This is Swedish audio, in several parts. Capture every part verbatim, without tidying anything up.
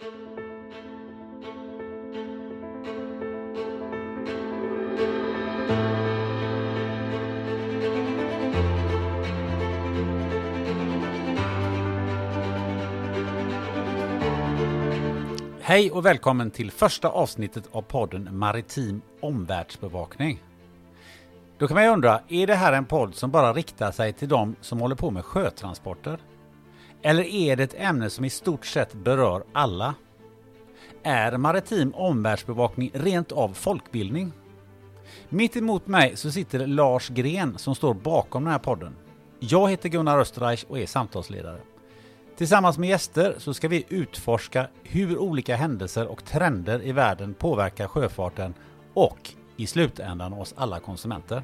Hej och välkommen till första avsnittet av podden Maritim omvärldsbevakning. Då kan man ju undra, är det här en podd som bara riktar sig till de som håller på med sjötransporter? Eller är det ett ämne som i stort sett berör alla? Är maritim omvärldsbevakning rent av folkbildning? Mitt emot mig så sitter Lars Gren som står bakom den här podden. Jag heter Gunnar Österreich och är samtalsledare. Tillsammans med gäster så ska vi utforska hur olika händelser och trender i världen påverkar sjöfarten och i slutändan oss alla konsumenter.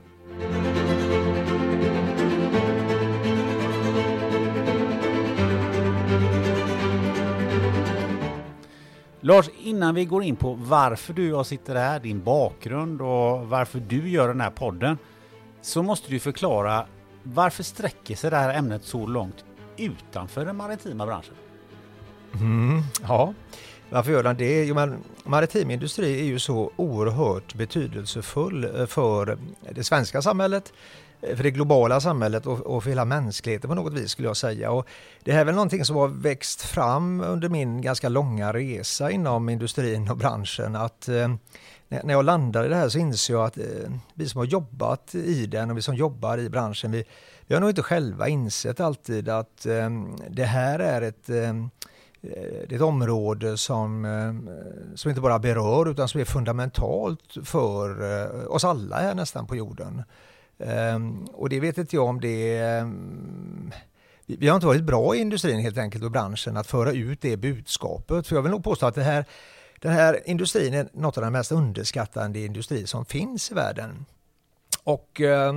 Lars, innan vi går in på varför du och jag sitter här, din bakgrund och varför du gör den här podden, så måste du förklara varför sträcker sig det här ämnet så långt utanför den maritima branschen? Mm, ja, varför gör den det? Jo, men maritim industri är ju så oerhört betydelsefull för det svenska samhället, för det globala samhället och, och för hela mänskligheten på något vis, skulle jag säga. Och det här är väl någonting som har växt fram under min ganska långa resa inom industrin och branschen, att eh, när jag landade i det här så inser jag att eh, vi som har jobbat i den och vi som jobbar i branschen, vi Vi har nog inte själva insett alltid att eh, det här är ett, eh, det är ett område som, eh, som inte bara berör utan som är fundamentalt för eh, oss alla här nästan på jorden. Eh, och det vet inte jag om det eh, vi, vi har inte varit bra i industrin helt enkelt och branschen att föra ut det budskapet. För jag vill nog påstå att det här, den här industrin är något av den mest underskattande industri som finns i världen. Och eh,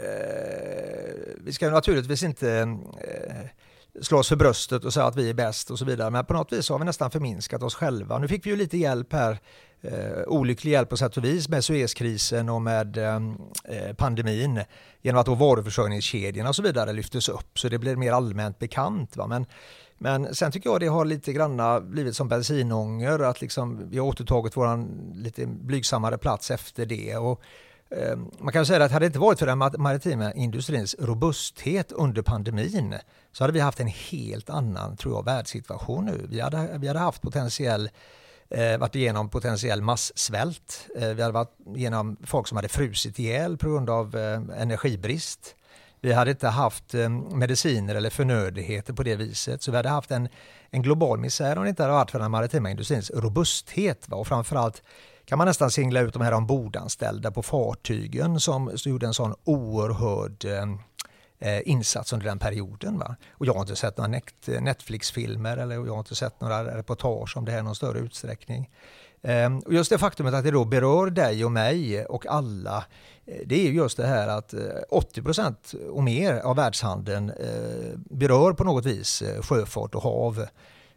vi ska naturligtvis inte eh, slå oss för bröstet och säga att vi är bäst och så vidare. Men på något vis har vi nästan förminskat oss själva. Nu fick vi ju lite hjälp här, eh, olycklig hjälp på sätt och vis med Suezkrisen och med eh, pandemin. Genom att då varuförsörjningskedjorna och så vidare lyftes upp så det blir mer allmänt bekant. Va? Men, men sen tycker jag det har lite granna blivit som bensinånger. Att liksom vi har återtagit våran lite blygsammare plats efter det. Och man kan säga att hade det inte varit för den maritima industrins robusthet under pandemin så hade vi haft en helt annan, tror jag, världssituation nu. Vi hade, vi hade haft potentiell, eh, varit igenom potentiell massvält. Eh, vi hade varit igenom folk som hade frusit ihjäl på grund av eh, energibrist. Vi hade inte haft eh, mediciner eller förnödigheter på det viset. Så vi hade haft en, en global misär om det inte hade varit för den maritima industrins robusthet. Va? Och framförallt kan man nästan singla ut de här ombordanställda på fartygen som, som gjorde en sån oerhörd eh, insats under den perioden. Va? Och jag har inte sett några net, Netflix-filmer eller jag har inte sett några reportage om det här i någon större utsträckning. Eh, och just det faktumet att det då berör dig och mig och alla, eh, det är ju just det här att eh, åttio procent och mer av världshandeln eh, berör på något vis eh, sjöfart och hav.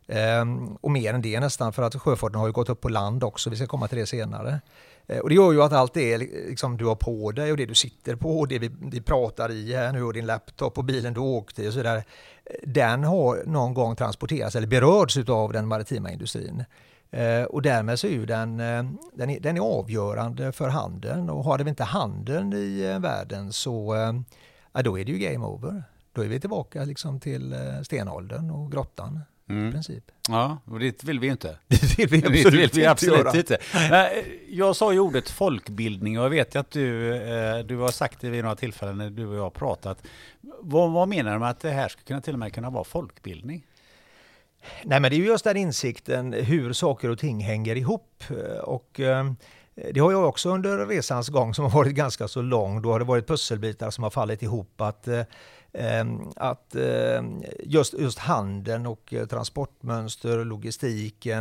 Um, och mer än det nästan, för att sjöfarten har ju gått upp på land också, vi ska komma till det senare. Uh, och det gör ju att allt det liksom, du har på dig och det du sitter på och det vi, vi pratar i här nu och din laptop och bilen du åkte i och så där, den har någon gång transporterats eller berörts av den maritima industrin. Uh, och därmed så är ju den, uh, den, är, den är avgörande för handeln, och har vi inte handeln i uh, världen så uh, uh, då är det ju game over. Då är vi tillbaka liksom, till uh, stenåldern och grottan. Mm. Princip. Ja, och det vill vi ju inte. Det vill vi absolut, det vill vi absolut inte. inte. Jag sa ju ordet folkbildning och jag vet att du, du har sagt det vid några tillfällen när du och jag har pratat. Vad, vad menar du med att det här ska kunna till och med kunna vara folkbildning? Nej, men det är ju just den insikten hur saker och ting hänger ihop. Och det har jag också under resans gång som har varit ganska så lång. Då har det varit pusselbitar som har fallit ihop att att just, just handeln och transportmönster, logistiken,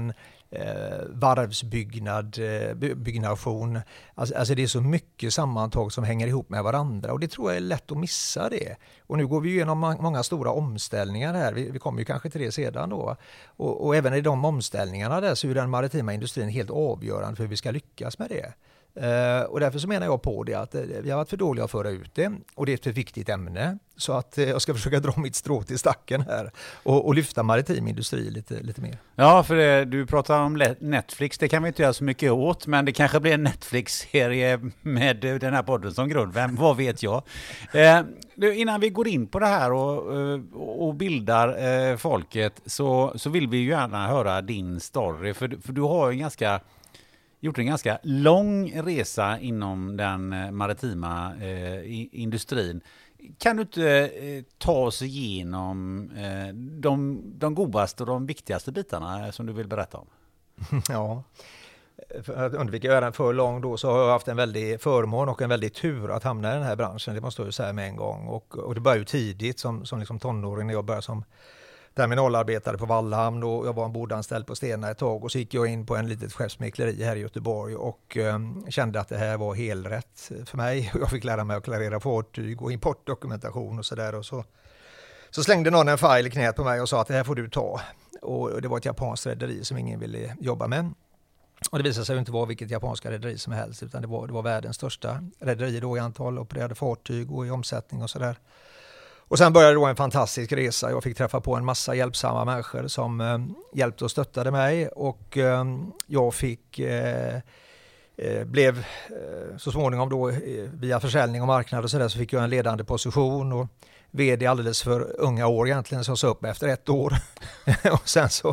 eh, varvsbyggnad, eh, byggnation. Alltså, alltså det är så mycket sammantag som hänger ihop med varandra och det tror jag är lätt att missa det. Och nu går vi igenom många stora omställningar här, vi, vi kommer ju kanske till det sedan då. Och, och även i de omställningarna där så är den maritima industrin helt avgörande för hur vi ska lyckas med det. Uh, och därför så menar jag på det att uh, vi har varit för dåliga att föra ut det och det är ett för viktigt ämne så att uh, jag ska försöka dra mitt strå till stacken här och, och lyfta maritim industri lite, lite mer. Ja, för det, du pratar om Netflix, det kan vi inte göra så mycket åt, men det kanske blir en Netflix-serie med den här podden som grund, vem, vad vet jag. Uh, innan vi går in på det här och, uh, och bildar uh, folket så, så vill vi ju gärna höra din story, för, för du har ju en ganska gjort en ganska lång resa inom den maritima eh, industrin. Kan du inte eh, ta oss igenom eh, de, de godaste och de viktigaste bitarna som du vill berätta om? Ja, för att undvika att göra den för lång då så har jag haft en väldig förmån och en väldig tur att hamna i den här branschen. Det måste jag ju säga med en gång. Och, och det började ju tidigt som, som liksom tonåring när jag började som terminalarbetare på Vallhamn och jag var ombordanställd på Stena ett tag och så gick jag in på en litet skeppsmäkleri här i Göteborg och um, kände att det här var helt rätt för mig. Jag fick lära mig att klarera fartyg och importdokumentation och sådär och så, så slängde någon en file i knät på mig och sa att det här får du ta. Och det var ett japanskt rederi som ingen ville jobba med. Och det visade sig inte vara vilket japanska rederi som helst utan det var, det var världens största rederi då i antal opererade fartyg och i omsättning och sådär. Och sen började då en fantastisk resa. Jag fick träffa på en massa hjälpsamma människor som eh, hjälpte och stöttade mig och eh, jag fick eh, eh, blev eh, så småningom då eh, via försäljning och marknad och sådär så fick jag en ledande position och vd alldeles för unga år egentligen så jag sa upp efter ett år och sen så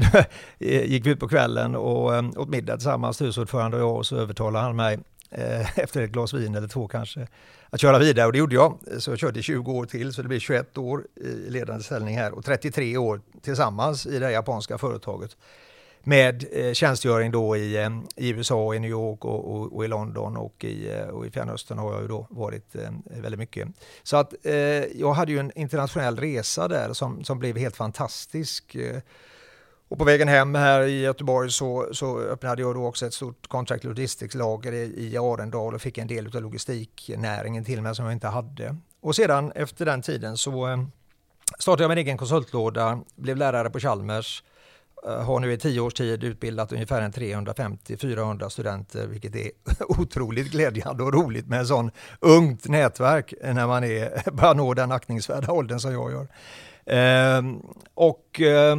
gick vi ut på kvällen och eh, åt middag tillsammans, husordförande och jag, och så övertalade han mig eh, efter ett glas vin eller två kanske att köra vidare och det gjorde jag. Så jag körde tjugo år till så det blir tjugoett år i ledande ställning här och trettiotre år tillsammans i det japanska företaget med eh, tjänstgöring då i, eh, i U S A, i New York och, och, och i London och i, eh, och i Fjärnöstern har jag ju då varit eh, väldigt mycket. Så att eh, jag hade ju en internationell resa där som, som blev helt fantastisk. Eh, Och på vägen hem här i Göteborg så, så öppnade jag då också ett stort contract logistics-lager i, i Arendal och fick en del av logistiknäringen till mig som jag inte hade. Och sedan efter den tiden så eh, startade jag min egen konsultlåda, blev lärare på Chalmers, eh, har nu i tio års tid utbildat ungefär en trehundrafemtio till fyrahundra studenter, vilket är otroligt glädjande och roligt med en sån ungt nätverk när man är, börjar nå den aktningsvärda åldern som jag gör. Eh, och... Eh,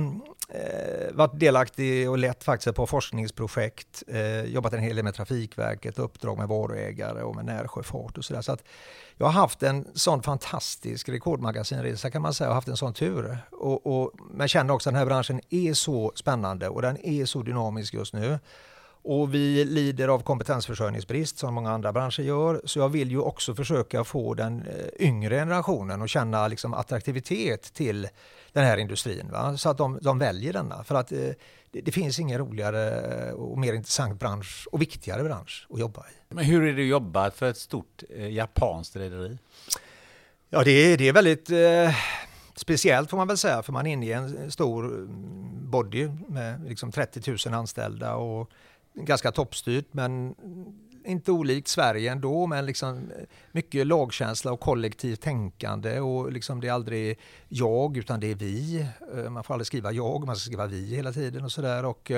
Eh, varit delaktig och lett faktiskt på forskningsprojekt, eh, jobbat en hel del med Trafikverket, uppdrag med varuägare och med närsjöfart och sådär. Så att jag har haft en sån fantastisk rekordmagasinresa kan man säga och haft en sån tur. Och, och, men känner också att den här branschen är så spännande och den är så dynamisk just nu. Och vi lider av kompetensförsörjningsbrist som många andra branscher gör. Så jag vill ju också försöka få den yngre generationen att känna liksom attraktivitet till den här industrin. Va? Så att de, de väljer denna. För att eh, det, det finns ingen roligare och mer intressant bransch och viktigare bransch att jobba i. Men hur är det att jobba för ett stort eh, japanskt rederi? Ja, det är, det är väldigt... Eh, Speciellt får man väl säga, för man är inne i en stor body med liksom trettio tusen anställda och ganska toppstyrt, men inte olikt Sverige ändå, men liksom mycket lagkänsla och kollektivt tänkande och liksom det är aldrig jag utan det är vi. Man får aldrig skriva jag, man ska skriva vi hela tiden och sådär och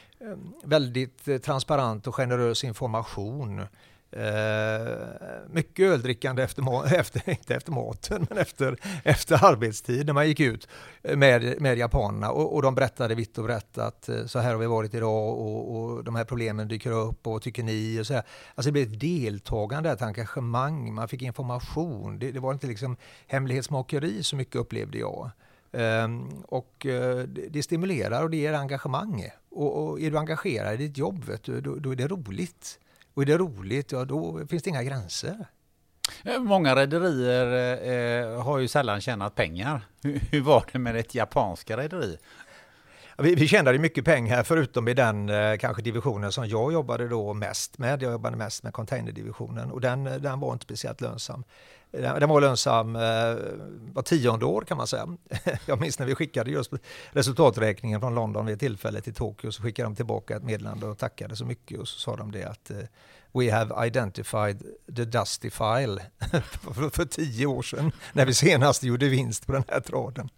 väldigt transparent och generös information. Uh, mycket öldrickande efter, efter, inte efter maten men efter, efter arbetstid när man gick ut med, med japanerna och, och de berättade vitt och brett att uh, så här har vi varit idag och, och de här problemen dyker upp och tycker ni och så här. Alltså det blev ett deltagande, ett engagemang, man fick information, det, det var inte liksom hemlighetsmakeri så mycket upplevde jag. Um, och uh, det, det stimulerar och det ger engagemang och, och är du engagerad i ditt jobb vet du, då, då är det roligt. Och är det roligt, ja då finns det inga gränser. Många rederier eh, har ju sällan tjänat pengar. Hur, hur var det med ett japanska rederi? Vi, vi tjänade ju mycket pengar förutom i den eh, kanske divisionen som jag jobbade då mest med. Jag jobbade mest med containerdivisionen och den, den var inte speciellt lönsam. Den, den var lönsam eh, var tionde år kan man säga. Jag minns när vi skickade just resultaträkningen från London vid tillfället till Tokyo, så skickade de tillbaka ett meddelande och tackade så mycket och så sa de det att eh, we have identified the dusty file för, för tio år sedan när vi senast gjorde vinst på den här traden.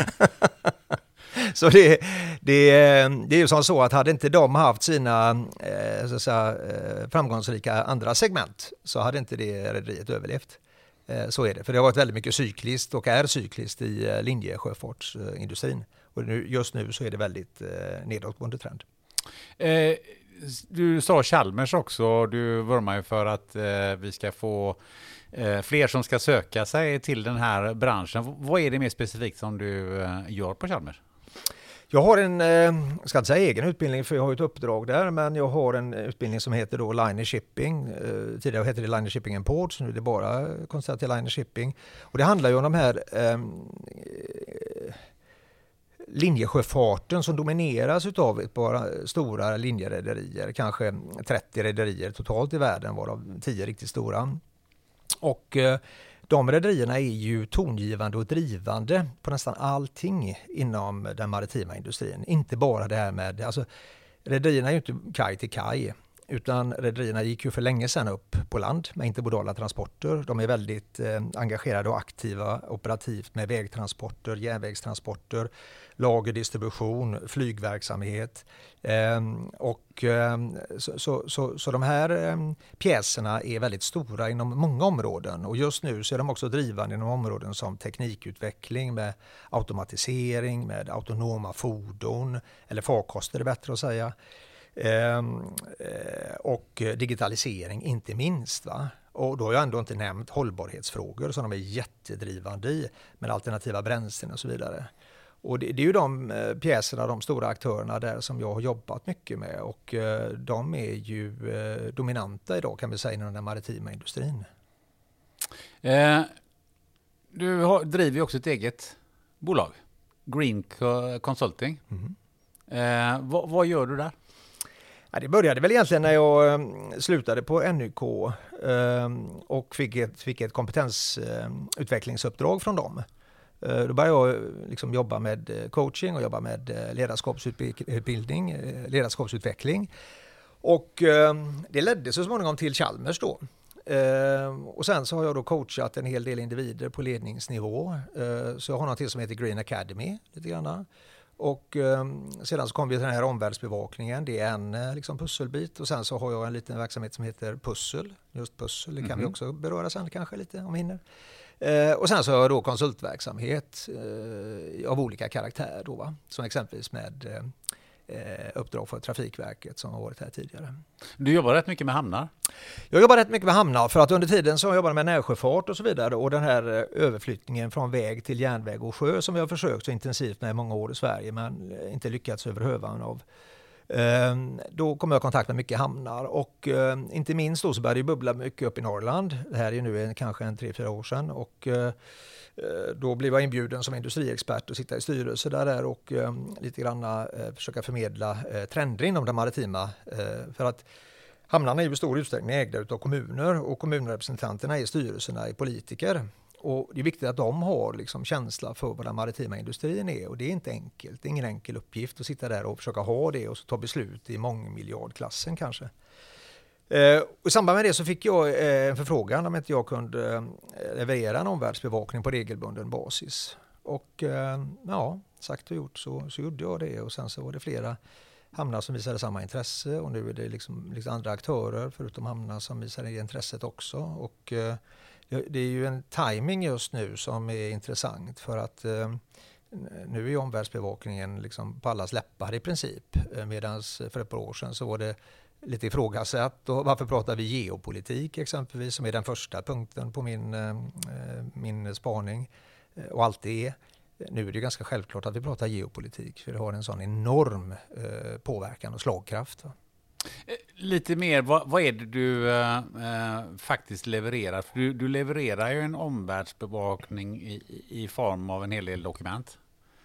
Så det, det, det är ju som så att hade inte de haft sina eh, så att säga, framgångsrika andra segment så hade inte det rederiet överlevt. Eh, så är det, för det har varit väldigt mycket cykliskt och är cykliskt i eh, linjesjöfartsindustrin. Och nu, just nu så är det väldigt eh, nedåtgående trend. Eh, du sa Chalmers också, du vurmar ju för att eh, vi ska få eh, fler som ska söka sig till den här branschen. Vad är det mer specifikt som du eh, gör på Chalmers? Jag har en, jag ska inte säga egen utbildning för jag har ett uppdrag där, men jag har en utbildning som heter då Liner Shipping. Tidigare hette det Liner Shipping and Ports, nu är det bara koncentrerat till Liner Shipping. Och det handlar ju om de här eh, linjesjöfarten som domineras utav ett par stora linjerederier, kanske trettio rederier totalt i världen, varav tio riktigt stora. Och eh, de rederierna är ju tongivande och drivande på nästan allting inom den maritima industrin. Inte bara det här med, alltså rederierna är ju inte kaj till kaj, utan rederierna gick ju för länge sedan upp på land med intermodala transporter. De är väldigt eh, engagerade och aktiva operativt med vägtransporter, järnvägstransporter, lagerdistribution, flygverksamhet. Eh, och, eh, så, så, så, så de här eh, pjäserna är väldigt stora inom många områden, och just nu så är de också drivande inom områden som teknikutveckling med automatisering, med autonoma fordon, eller farkoster är bättre att säga. Eh, och digitalisering inte minst. Va? Och då har jag ändå inte nämnt hållbarhetsfrågor som de är jättedrivande i, med alternativa bränslen och så vidare. Och det, det är ju de pjäserna, de stora aktörerna där som jag har jobbat mycket med, och de är ju dominanta idag kan vi säga inom den maritima industrin. Eh, du har, driver ju också ett eget bolag, Green Consulting. Mm. Eh, vad, vad gör du där? Ja, det började väl egentligen när jag slutade på N Y K och fick ett, fick ett kompetensutvecklingsuppdrag från dem. Då började jag liksom jobba med coaching och jobba med ledarskapsutbildning, ledarskapsutveckling. Och det ledde så småningom till Chalmers då. Och sen så har jag då coachat en hel del individer på ledningsnivå. Så jag har något som heter Green Academy lite grann. Och eh, sedan så kom vi till den här omvärldsbevakningen. Det är en eh, liksom pusselbit. Och sen så har jag en liten verksamhet som heter Pussel. Just Pussel, det kan mm-hmm. vi också beröra sen kanske lite om hinner. Eh, och sen så har jag då konsultverksamhet eh, av olika karaktär då, va? Som exempelvis med eh, uppdrag för Trafikverket som har varit här tidigare. Du jobbar rätt mycket med hamnar? Jag jobbar rätt mycket med hamnar för att under tiden så jobbar jag med närsjöfart och så vidare, och den här överflyttningen från väg till järnväg och sjö som vi har försökt så intensivt med i många år i Sverige men inte lyckats över hövan av. Då kommer jag i kontakt med mycket hamnar, och inte minst då så började det bubbla mycket upp i Norrland. Det här är nu kanske en tre, fyra år sedan, och då blev jag inbjuden som industriexpert att sitta i styrelse där, där och lite grann försöka förmedla trender inom det maritima, för att hamnarna är ju i stor utsträckning ägda av kommuner, och kommunrepresentanterna i styrelserna är politiker. Och det är viktigt att de har liksom känsla för vad den maritima industrin är, och det är inte enkelt. Det är ingen enkel uppgift att sitta där och försöka ha det och så ta beslut i mångmiljardklassen kanske. Eh, och i samband med det så fick jag eh, en förfrågan om inte jag kunde eh, leverera en omvärldsbevakning på regelbunden basis. Och eh, ja, sagt och gjort så, så gjorde jag det, och sen så var det flera hamnar som visade samma intresse, och nu är det liksom, liksom andra aktörer förutom hamnar som visar det intresset också. Och eh, det är ju en timing just nu som är intressant, för att eh, nu är ju omvärldsbevakningen liksom på allas läppar i princip, medan för ett par år sedan så var det lite ifrågasatt. Och varför pratar vi geopolitik exempelvis, som är den första punkten på min, eh, min spaning, och alltid är. Nu är det ganska självklart att vi pratar geopolitik, för det har en sån enorm eh, påverkan och slagkraft. Va? Lite mer, vad, vad är det du eh, faktiskt levererar? För du, du levererar ju en omvärldsbevakning i, i form av en hel del dokument.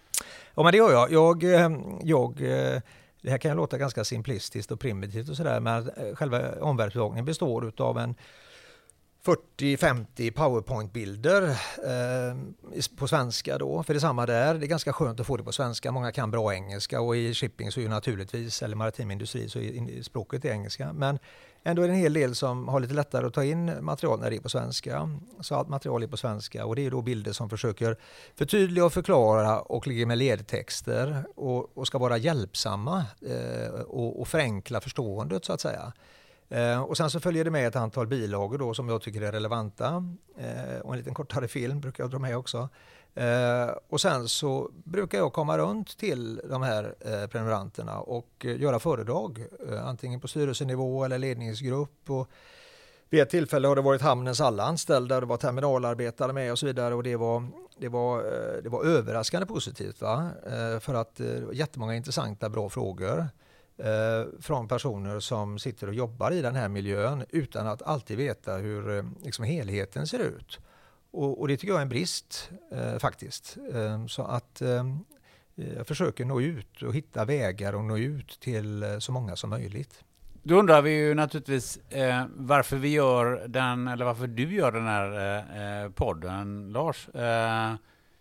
Ja, men det gör jag. Jag, jag. Det här kan låta ganska simplistiskt och primitivt och sådär, men själva omvärldsbevakningen består av en fyrtio femtio PowerPoint-bilder eh, på svenska då, för det är samma där. Det är ganska skönt att få det på svenska. Många kan bra engelska och i shipping så är ju naturligtvis, eller maritim industri, så är språket är engelska. Men ändå är det en hel del som har lite lättare att ta in material när det är på svenska. Så allt material är på svenska och det är då bilder som försöker förtydliga och förklara och ligger med ledtexter och, och ska vara hjälpsamma eh, och, och förenkla förståendet så att säga. Eh, och sen så följer det med ett antal bilagor då som jag tycker är relevanta eh, och en liten kortare film brukar jag dra med också. Eh, och sen så brukar jag komma runt till de här eh, prenumeranterna och eh, göra föredrag eh, antingen på styrelsenivå eller ledningsgrupp. Och vid ett tillfälle har det varit hamnens alla anställda, det var terminalarbetare med och så vidare och det var, det var, eh, det var överraskande positivt va? Eh, för att eh, det var jättemånga intressanta bra frågor. Eh, från personer som sitter och jobbar i den här miljön utan att alltid veta hur eh, liksom helheten ser ut. Och, och det tycker jag är en brist eh, faktiskt. Eh, så att eh, jag försöker nå ut och hitta vägar och nå ut till eh, så många som möjligt. Då undrar vi ju naturligtvis eh, varför vi gör den, eller varför du gör den här eh, podden, Lars. Eh,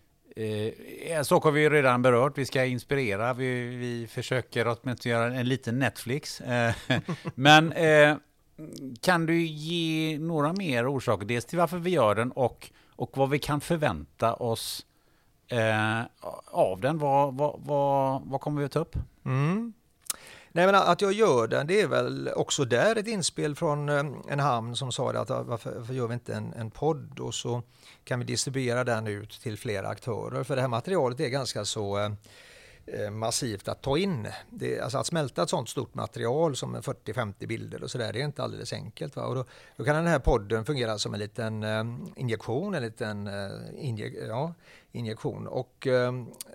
Eh, så har vi ju redan berört, vi ska inspirera, vi, vi försöker åtminstone göra en liten Netflix. Eh, men eh, kan du ge några mer orsaker, dels till varför vi gör den och, och vad vi kan förvänta oss eh, av den? Vad, vad, vad, vad kommer vi att ta upp? Mm. Nej, men att jag gör den, det är väl också där ett inspel från en hamn som sa att varför, varför gör vi inte en, en podd och så kan vi distribuera den ut till flera aktörer. För det här materialet är ganska så eh, massivt att ta in. Det, alltså att smälta ett sånt stort material som fyrtio femtio bilder och sådär, det är inte alldeles enkelt. Va? Och då, då kan den här podden fungera som en liten eh, injektion, en liten eh, inje, ja, injektion. Och eh,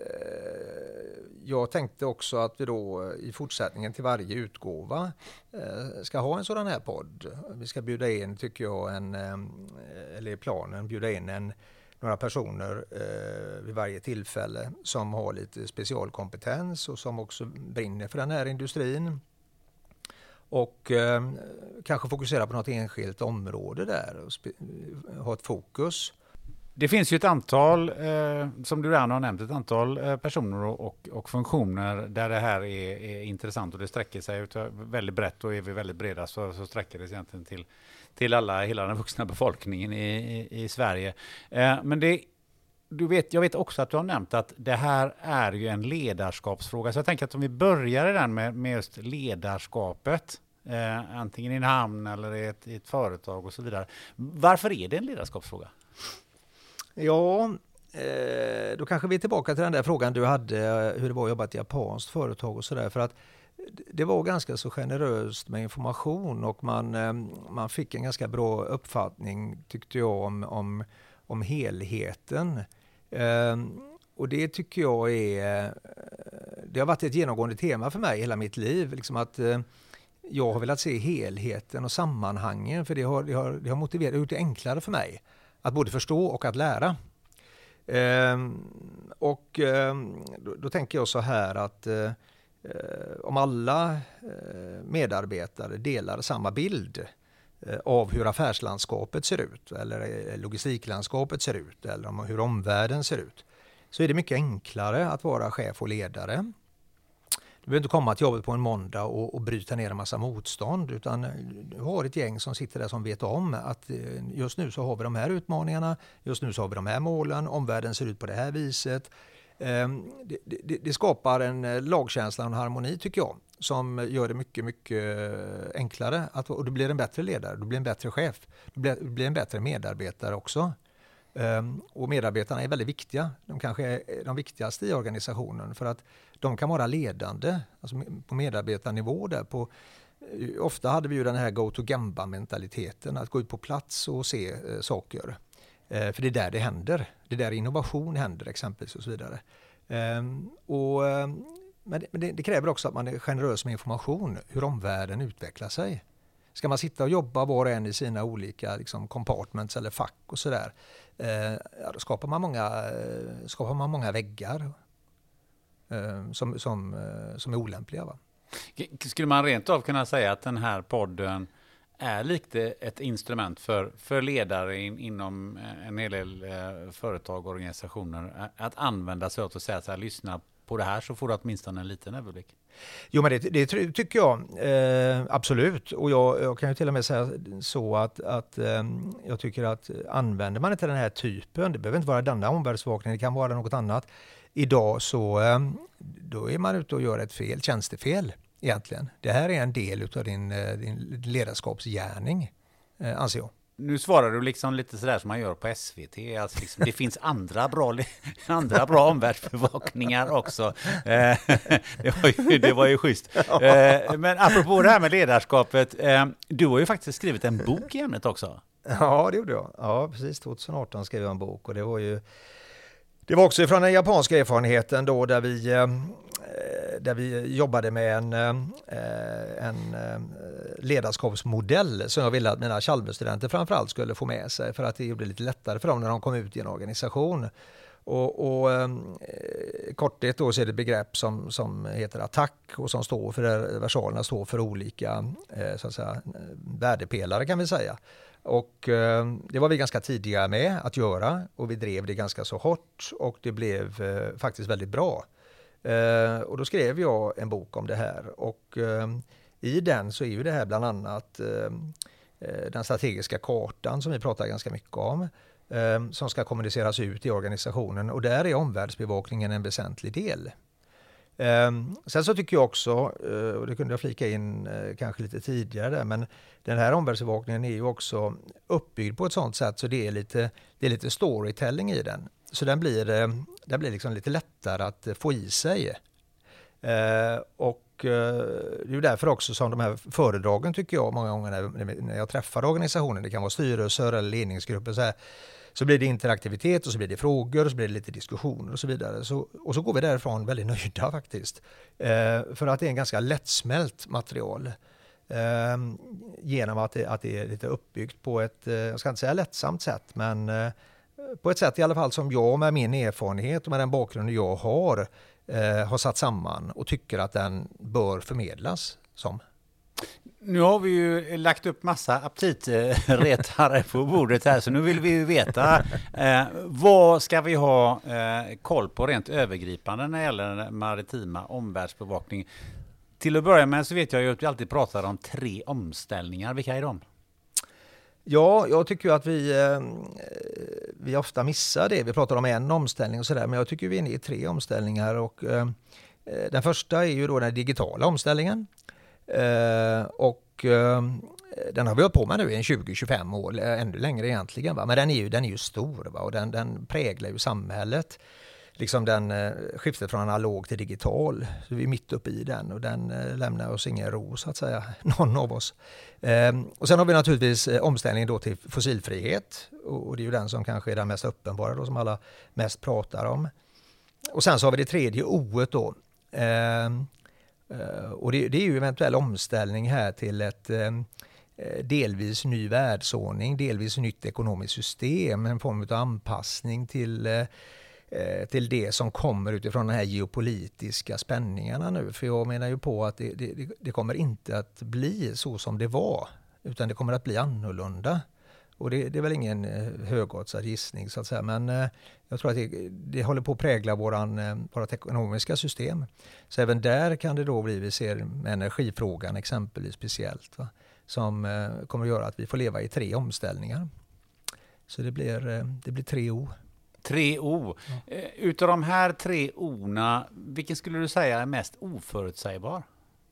jag tänkte också att vi då i fortsättningen till varje utgåva eh, ska ha en sådan här podd. Vi ska bjuda in, tycker jag, en, eh, eller i planen, bjuda in en, några personer eh, vid varje tillfälle som har lite specialkompetens och som också brinner för den här industrin. Och eh, kanske fokusera på något enskilt område där och spe- ha ett fokus. Det finns ju ett antal, eh, som du redan har nämnt, ett antal eh, personer och, och funktioner där det här är, är intressant och det sträcker sig ut väldigt brett och är vi väldigt breda så, så sträcker det sig egentligen till, till alla, hela den vuxna befolkningen i, i, i Sverige. Eh, men det, du vet, jag vet också att du har nämnt att det här är ju en ledarskapsfråga. Så jag tänker att om vi börjar i den med, med just ledarskapet, eh, antingen i en hamn eller i ett, i ett företag och så vidare. Varför är det en ledarskapsfråga? Ja, eh, då kanske vi är tillbaka till den där frågan du hade, hur det var att jobba i ett japanskt företag och sådär. För att det var ganska så generöst med information och man, eh, man fick en ganska bra uppfattning, tyckte jag, om, om, om helheten. Eh, och det tycker jag är, det har varit ett genomgående tema för mig hela mitt liv. Liksom att eh, jag har velat se helheten och sammanhangen, för det har, det har, det har motiverat, gjort det enklare för mig att både förstå och att lära. Ehm, och ehm, då, då tänker jag så här att eh, om alla eh, medarbetare delar samma bild eh, av hur affärslandskapet ser ut eller logistiklandskapet ser ut eller om hur omvärlden ser ut, så är det mycket enklare att vara chef och ledare. Du behöver inte komma till jobbet på en måndag och, och bryta ner en massa motstånd, utan du har ett gäng som sitter där som vet om att just nu så har vi de här utmaningarna, just nu så har vi de här målen, omvärlden ser ut på det här viset. Det, det, det skapar en lagkänsla och en harmoni, tycker jag, som gör det mycket, mycket enklare. Att, och du blir en bättre ledare, du blir en bättre chef, du blir, du blir en bättre medarbetare också. Um, och medarbetarna är väldigt viktiga. De kanske är de viktigaste i organisationen för att de kan vara ledande, alltså på medarbetarnivå där. På, ofta hade vi ju den här go-to-gamba-mentaliteten, att gå ut på plats och se uh, saker. Uh, för det är där det händer. Det är där innovation händer exempelvis och så vidare. Um, och, uh, men det, men det, det kräver också att man är generös med information, hur omvärlden utvecklar sig. Ska man sitta och jobba var och en i sina olika liksom, compartments eller fack och sådär, eh, ja, då skapar man, många, eh, skapar man många väggar. eh, som, som, eh, som är olämpliga. Va? Skulle man rent av kunna säga att den här podden är lite ett instrument för, för ledare in, inom en hel del eh, företag och organisationer att använda sig åt och säga så här, lyssna på det här så får du åtminstone en liten överblick? Jo, men det, det tycker jag eh, absolut, och jag, jag kan ju till och med säga så att, att eh, jag tycker att använder man inte den här typen, det behöver inte vara denna omvärldsbevakning, det kan vara något annat idag, så eh, då är man ute och gör ett fel, tjänstefel egentligen. Det här är en del av din, din ledarskapsgärning, eh, anser jag. Nu svarar du liksom lite sådär som man gör på S V T. Alltså liksom, det finns andra bra, andra bra omvärldsbevakningar också. Eh, det, var ju, det var ju schysst. Eh, men apropå det här med ledarskapet. Eh, du har ju faktiskt skrivit en bok i ämnet också. Ja, det gjorde jag. Ja, precis. tjugo arton skrev jag en bok. Och det var ju det var också från den japanska erfarenheten då, där vi, eh, där vi jobbade med en, eh, en eh, ledarskapsmodell som jag ville att mina Chalmers-studenter framförallt skulle få med sig, för att det gjorde det lite lättare för dem när de kom ut i en organisation. Och, och eh, korthet då så är det ett begrepp som, som heter attack och som står för, versalerna står för olika eh, så att säga, värdepelare kan vi säga. Och eh, det var vi ganska tidiga med att göra, och vi drev det ganska så hårt, och det blev eh, faktiskt väldigt bra. Eh, och då skrev jag en bok om det här, och eh, i den så är ju det här bland annat eh, den strategiska kartan som vi pratar ganska mycket om, eh, som ska kommuniceras ut i organisationen, och där är omvärldsbevakningen en väsentlig del. Um, sen så tycker jag också, uh, och det kunde jag flika in uh, kanske lite tidigare där, men den här omvärldsbevakningen är ju också uppbyggd på ett sådant sätt så det är lite, det är lite storytelling i den. Så den blir, uh, den blir liksom lite lättare att uh, få i sig. Uh, och uh, det är ju därför också som de här föredragen tycker jag många gånger när, när jag träffar organisationer, det kan vara styrelser eller ledningsgrupper så här, så blir det interaktivitet och så blir det frågor och så blir det lite diskussioner och så vidare. Så, och så går vi därifrån väldigt nöjda faktiskt. Eh, för att det är en ganska lättsmält material. Eh, genom att det, att det är lite uppbyggt på ett, eh, jag ska inte säga lättsamt sätt, men eh, på ett sätt i alla fall som jag med min erfarenhet och med den bakgrunden jag har, eh, har satt samman och tycker att den bör förmedlas som. Nu har vi ju lagt upp massa aptitretare på bordet här, så nu vill vi ju veta eh, vad ska vi ha eh, koll på rent övergripande när det gäller den maritima omvärldsbevakning. Till att börja med så vet jag ju att vi alltid pratar om tre omställningar. Vilka är de? Ja, jag tycker ju att vi, eh, vi ofta missar det. Vi pratar om en omställning och sådär, men jag tycker vi är inne i tre omställningar. Och, eh, den första är ju då den digitala omställningen. Uh, och uh, den har vi hållit på med nu i tjugo till tjugofem år, ännu längre egentligen, va? Men den är ju, den är ju stor, va? Och den, den präglar ju samhället, liksom den uh, skiftet från analog till digital, så vi är mitt uppe i den, och den uh, lämnar oss ingen ro så att säga, någon av oss. Uh, och sen har vi naturligtvis uh, omställningen då till fossilfrihet, och, och det är ju den som kanske är den mest uppenbara då, som alla mest pratar om. Och sen så har vi det tredje oet då. Uh, Uh, och det, det är ju eventuell omställning här till ett uh, delvis ny världsordning, delvis nytt ekonomiskt system, en form av anpassning till, uh, uh, till det som kommer utifrån de här geopolitiska spänningarna nu. För jag menar ju på att det, det, det kommer inte att bli så som det var, utan det kommer att bli annorlunda. Och det, det är väl ingen högoddsad gissning så att säga, men eh, jag tror att det, det håller på att prägla våran, eh, vårat ekonomiska system. Så även där kan det då bli, vi ser med energifrågan exempelvis speciellt, va? Som eh, kommer att göra att vi får leva i tre omställningar. Så det blir, eh, det blir tre O. Tre O. Ja. Eh, utav de här tre O'na, vilken skulle du säga är mest oförutsägbar?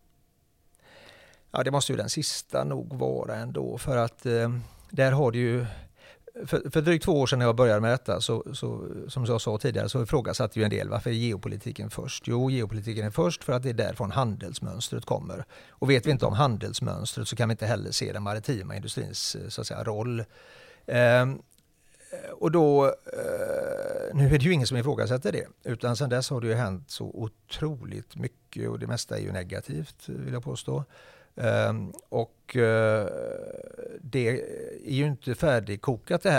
Ja, det måste ju den sista nog vara ändå, för att eh, där har det ju, för, för drygt två år sedan när jag började med detta, så, så, som jag sa tidigare, så ifrågasatte ju en del varför är geopolitiken först. Jo, geopolitiken är först för att det är därifrån handelsmönstret kommer. Och vet vi inte om handelsmönstret så kan vi inte heller se den maritima industrins så att säga, roll. Ehm, och då, eh, nu är det ju ingen som ifrågasätter det, utan sedan dess har det ju hänt så otroligt mycket, och det mesta är ju negativt vill jag påstå. Um, och uh, det är ju inte färdigkokat det här.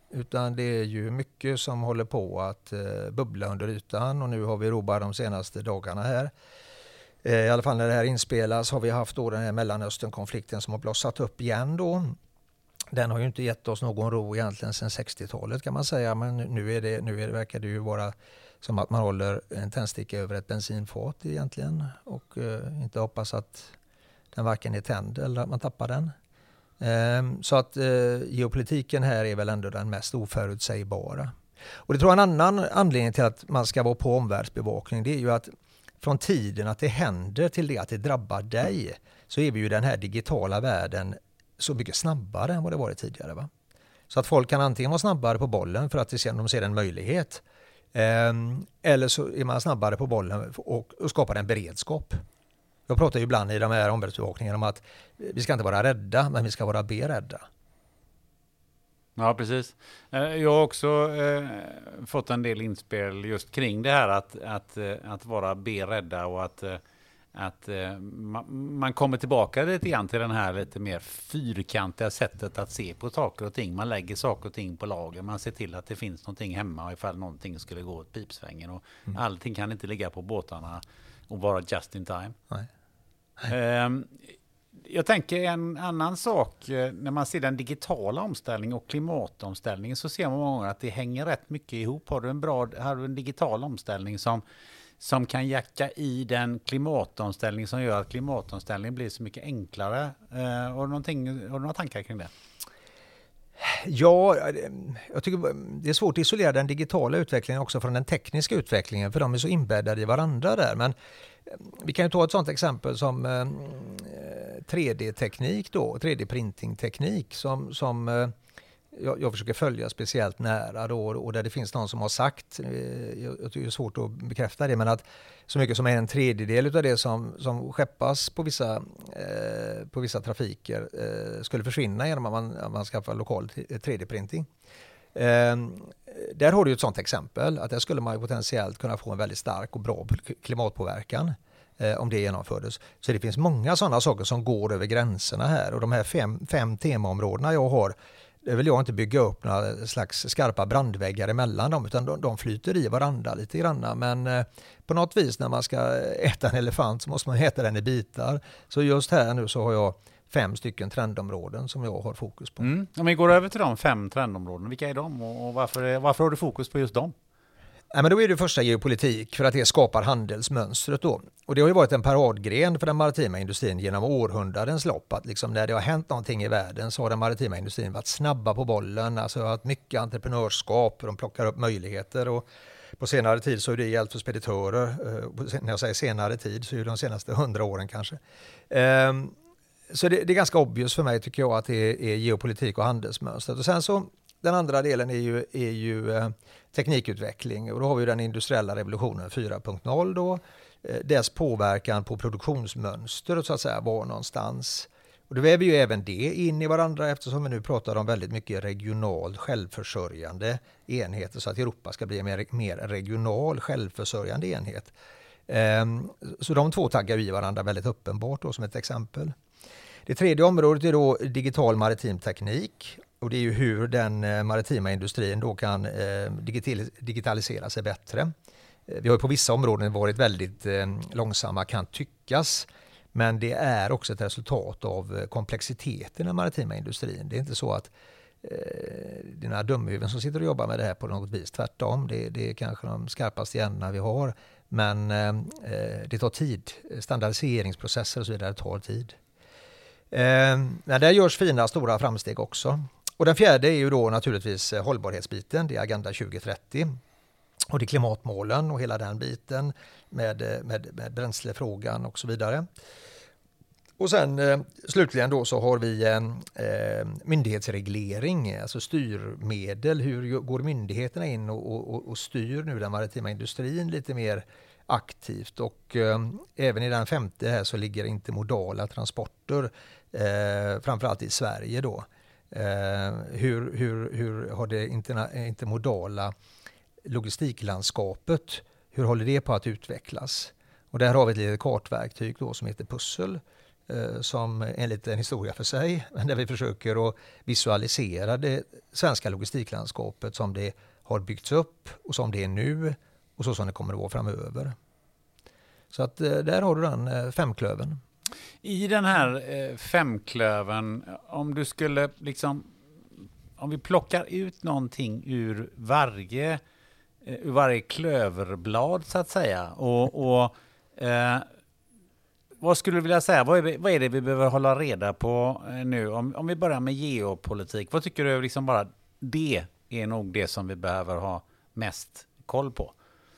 utan det är ju mycket som håller på att eh, bubbla under ytan, och nu har vi robat de senaste dagarna här. Eh, I alla fall när det här inspelas har vi haft då den här Mellanöstern-konflikten som har blossat upp igen då. Den har ju inte gett oss någon ro egentligen sedan sextiotalet kan man säga, men nu, är det, nu är det, verkar det ju vara som att man håller en tändsticka över ett bensinfat egentligen, och eh, inte hoppas att den varken är tänd eller att man tappar den. Eh, så att eh, geopolitiken här är väl ändå den mest oförutsägbara. Och det tror jag en annan anledning till att man ska vara på omvärldsbevakning, det är ju att från tiden att det händer till det att det drabbar dig, så är vi ju i den här digitala världen så mycket snabbare än vad det varit tidigare. Va? Så att folk kan antingen vara snabbare på bollen för att de ser en möjlighet, eh, eller så är man snabbare på bollen och, och skapar en beredskap. Jag pratar ju ibland i de här omvärldsbevakningarna om att vi ska inte vara rädda, men vi ska vara beredda. Ja, precis. Jag har också eh, fått en del inspel just kring det här att, att, att vara beredda, och att, att man, man kommer tillbaka lite grann till den här lite mer fyrkantiga sättet att se på saker och ting. Man lägger saker och ting på lager. Man ser till att det finns någonting hemma ifall någonting skulle gå åt pipsvängen. Och mm. allting kan inte ligga på båtarna och vara just in time. Nej. Nej. Um, Jag tänker en annan sak, när man ser den digitala omställningen och klimatomställningen, så ser man många gånger att det hänger rätt mycket ihop. Har du en bra, har du en digital omställning som, som kan jacka i den klimatomställning som gör att klimatomställningen blir så mycket enklare? Eh, har, du någonting, har du några tankar kring det? Ja, jag tycker det är svårt att isolera den digitala utvecklingen också från den tekniska utvecklingen, för de är så inbäddade i varandra där. Men vi kan ju ta ett sådant exempel som eh, tre D-teknik då, tre D-printing-teknik som, som eh, jag, jag försöker följa speciellt nära då, och där det finns någon som har sagt, eh, jag, jag tycker det är svårt att bekräfta det, men att så mycket som en tredjedel av det som, som skeppas på vissa, eh, på vissa trafiker eh, skulle försvinna genom att man, att man skaffar lokal tre D-printing. Eh, där har du ett sådant exempel, att där skulle man ju potentiellt kunna få en väldigt stark och bra klimatpåverkan eh, om det genomfördes. Så det finns många sådana saker som går över gränserna här, och de här fem, fem temaområdena jag har, det vill jag inte bygga upp några slags skarpa brandväggar emellan dem, utan de, de flyter i varandra lite grann. Men eh, på något vis när man ska äta en elefant så måste man äta den i bitar. Så just här nu så har jag fem stycken trendområden som jag har fokus på. Mm. Om vi går över till de fem trendområden, vilka är de och varför, varför har du fokus på just dem? Ja, men då är det första geopolitik, för att det skapar handelsmönstret då. Och det har ju varit en paradgren för den maritima industrin genom århundradens lopp. Att liksom när det har hänt någonting i världen så har den maritima industrin varit snabba på bollen. Alltså att mycket entreprenörskap, de plockar upp möjligheter, och på senare tid så är det hjälpt för speditörer. När jag säger senare tid så är det de senaste hundra åren kanske. Um, Så det, det är ganska obvious för mig, tycker jag, att det är, är geopolitik och handelsmönstret. Och sen så, den andra delen är ju, är ju eh, teknikutveckling. Och då har vi den industriella revolutionen fyra punkt noll då. Eh, dess påverkan på produktionsmönster, så att säga, var någonstans. Och då väver ju även det in i varandra, eftersom vi nu pratar om väldigt mycket regionalt självförsörjande enheter. Så att Europa ska bli en mer, mer regional självförsörjande enhet. Eh, så de två taggar i varandra väldigt uppenbart då, som ett exempel. Det tredje området är då digital maritim teknik, och det är ju hur den maritima industrin då kan eh, digital, digitalisera sig bättre. Vi har ju på vissa områden varit väldigt eh, långsamma, kan tyckas, men det är också ett resultat av komplexiteten i den maritima industrin. Det är inte så att eh, det är några dumhuvuden som sitter och jobbar med det här på något vis, tvärtom. Det, det är kanske de skarpaste hjärnorna vi har, men eh, det tar tid. Standardiseringsprocesser och så vidare tar tid. Eh, där görs fina stora framsteg också. Och den fjärde är ju då naturligtvis hållbarhetsbiten, det är Agenda tjugo trettio. Och det är klimatmålen och hela den biten med, med, med bränslefrågan och så vidare. Och sen eh, slutligen då så har vi eh, myndighetsreglering, alltså styrmedel. Hur går myndigheterna in och, och, och styr nu den maritima industrin lite mer aktivt? Och eh, även i den femte här så ligger intermodala transporter, eh, framförallt i Sverige då. Eh, hur, hur, hur har det interna, intermodala logistiklandskapet, hur håller det på att utvecklas? Och där har vi ett litet kartverktyg då som heter Pussel, eh, som en liten historia för sig, men där vi försöker att visualisera det svenska logistiklandskapet som det har byggts upp och som det är nu och så som det kommer att vara framöver. Så att eh, där har du den eh, femklöven. I den här eh, femklöven, om du skulle liksom, om vi plockar ut någonting ur varje, eh, ur varje klöverblad så att säga, och, och eh, vad skulle du vilja säga, vad är, det, vad är det vi behöver hålla reda på eh, nu? Om, om vi börjar med geopolitik, vad tycker du liksom bara det är nog det som vi behöver ha mest koll på?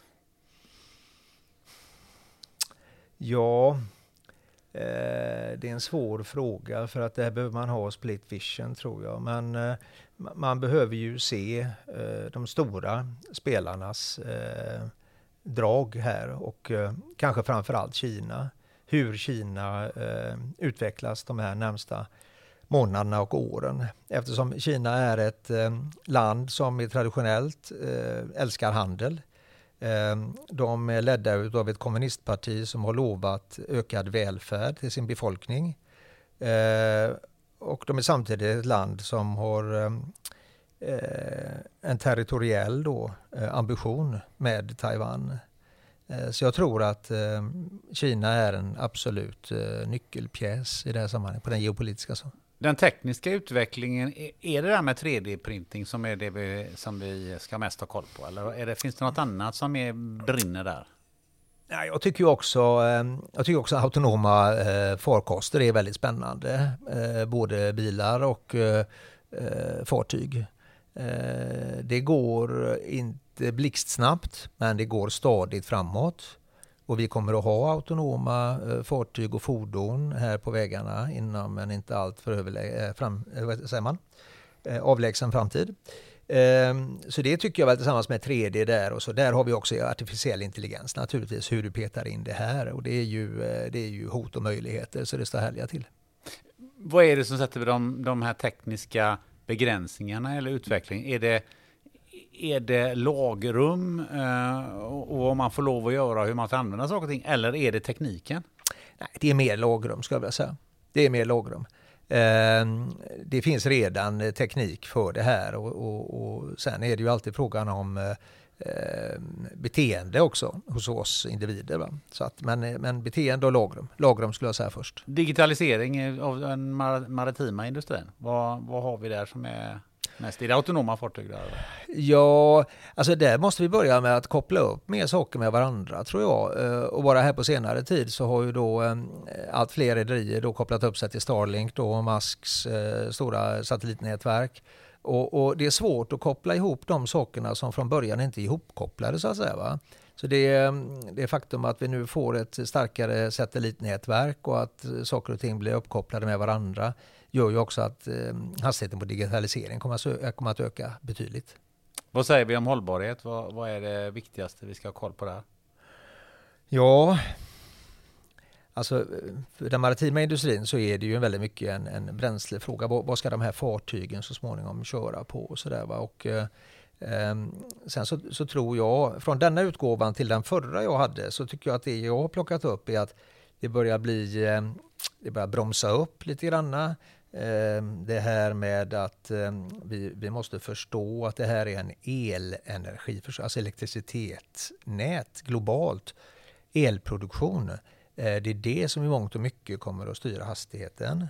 Ja, eh, det är en svår fråga för att där behöver man ha split vision tror jag. Men eh, man behöver ju se eh, de stora spelarnas eh, drag här och eh, kanske framförallt Kina. Hur Kina eh, utvecklas de här närmsta månaderna och åren. Eftersom Kina är ett eh, land som är traditionellt eh, älskar handel. De är ledda av ett kommunistparti som har lovat ökad välfärd till sin befolkning. Och de är samtidigt ett land som har en territoriell då, ambition med Taiwan. Så jag tror att Kina är en absolut nyckelpjäs i det här sammanhanget på den geopolitiska så. Den tekniska utvecklingen, är det där med tre D-printing som är det vi, som vi ska mest ha koll på? Eller är det, finns det något annat som är, brinner där? Ja, jag tycker också, jag tycker också autonoma eh, farkoster är väldigt spännande. Eh, både bilar och eh, fartyg. Eh, det går inte blixtsnabbt, men det går stadigt framåt. Och vi kommer att ha autonoma eh, fartyg och fordon här på vägarna inom en inte allt för överlä- fram, eh, vad säger man? Eh, avlägsen framtid. Eh, så det tycker jag väl tillsammans med tre D där och så. Där har vi också artificiell intelligens naturligtvis, hur du petar in det här. Och det är ju, eh, det är ju hot och möjligheter så det står härliga till. Vad är det som sätter de, de här tekniska begränsningarna eller utvecklingen? Är det Är det lagrum eh, och vad man får lov att göra, hur man får använda saker och ting, eller är det tekniken? Nej, det är mer lagrum ska jag vilja säga. Det är mer lagrum. Eh, det finns redan teknik för det här och, och, och sen är det ju alltid frågan om eh, beteende också hos oss individer. Va? Så att, men, men beteende och lagrum. Lagrum skulle jag säga först. Digitalisering av den mar- maritima industrin. Vad, vad har vi där som är mest? Är det autonoma fartyg där? Ja, alltså där måste vi börja med att koppla upp mer saker med varandra tror jag. Och bara här på senare tid så har ju då allt fler rederier då kopplat upp sig till Starlink då, Musks stora satellitnätverk. Och, och det är svårt att koppla ihop de sakerna som från början inte är ihopkopplade så att säga va. Så det, det faktum att vi nu får ett starkare satellitnätverk och att saker och ting blir uppkopplade med varandra gör ju också att eh, hastigheten på digitalisering kommer att, kommer att öka betydligt. Vad säger vi om hållbarhet? Vad, vad är det viktigaste vi ska ha koll på där? Ja, alltså för den maritima industrin så är det ju väldigt mycket en, en bränslefråga. Vad, vad ska de här fartygen så småningom köra på och sådär va? Och eh, sen så, så tror jag, från denna utgåvan till den förra jag hade så tycker jag att det jag har plockat upp är att det börjar bli, eh, det börjar bromsa upp lite granna. Det här med att vi, vi måste förstå att det här är en elenergi, alltså elektricitetsnät globalt, elproduktion. Det är det som i mångt och mycket kommer att styra hastigheten.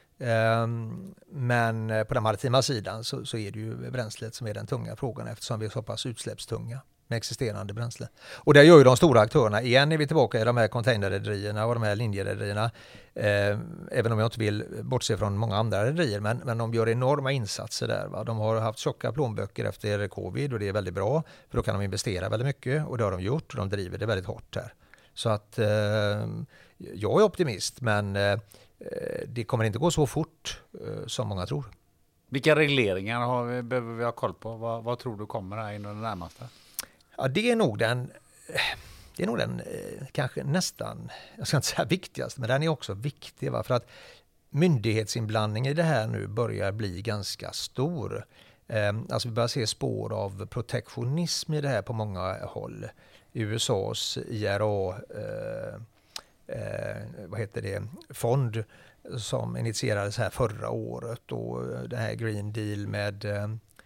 Men på den maritima sidan så, så är det ju bränslet som är den tunga frågan eftersom vi är så pass utsläppstunga med existerande bränsle. Och där gör ju de stora aktörerna, igen är vi tillbaka i de här containerrederierna och de här linjerederierna, eh, även om jag inte vill bortse från många andra rederier, men, men de gör enorma insatser där. Va? De har haft tjocka plånböcker efter covid och det är väldigt bra, för då kan de investera väldigt mycket och det har de gjort och de driver det väldigt hårt här. Så att eh, jag är optimist, men eh, det kommer inte gå så fort eh, som många tror. Vilka regleringar har vi, behöver vi ha koll på? Vad, vad tror du kommer här inom det närmaste? Ja, det är nog den, det är nog den eh, kanske nästan, jag ska inte säga viktigast, men den är också viktig. Va? För att myndighetsinblandning i det här nu börjar bli ganska stor. Eh, alltså vi börjar se spår av protektionism i det här på många håll. U S A:s I R A eh, eh, vad heter det, fond som initierades här förra året och det här Green Deal med eh,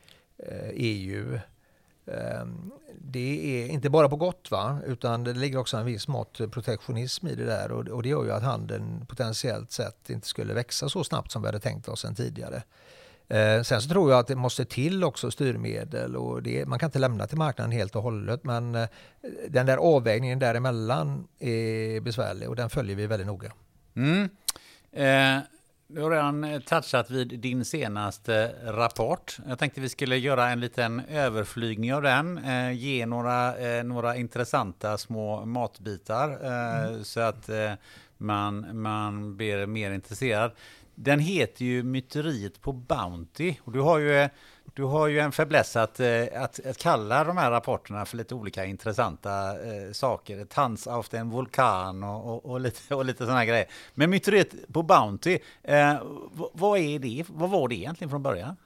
E U. Eh, det är inte bara på gott, va, utan det ligger också en viss mått protektionism i det där och, och det gör ju att handeln potentiellt sett inte skulle växa så snabbt som vi hade tänkt oss än tidigare. Eh, sen så tror jag att det måste till också styrmedel och det, man kan inte lämna till marknaden helt och hållet, men eh, den där avvägningen däremellan är besvärlig och den följer vi väldigt noga. Mm. Eh, du har redan touchat vid din senaste rapport. Jag tänkte vi skulle göra en liten överflygning av den, eh, ge några, eh, några intressanta små matbitar eh, mm. så att eh, man, man blir mer intresserad. Den heter ju Myteriet på Bounty och du har ju, du har ju en fäbless att, att, att kalla de här rapporterna för lite olika intressanta eh, saker. Tans av en vulkan och, och, och lite, och lite sådana grejer. Men Myteriet på Bounty, eh, vad, vad är det? Vad var det egentligen från början?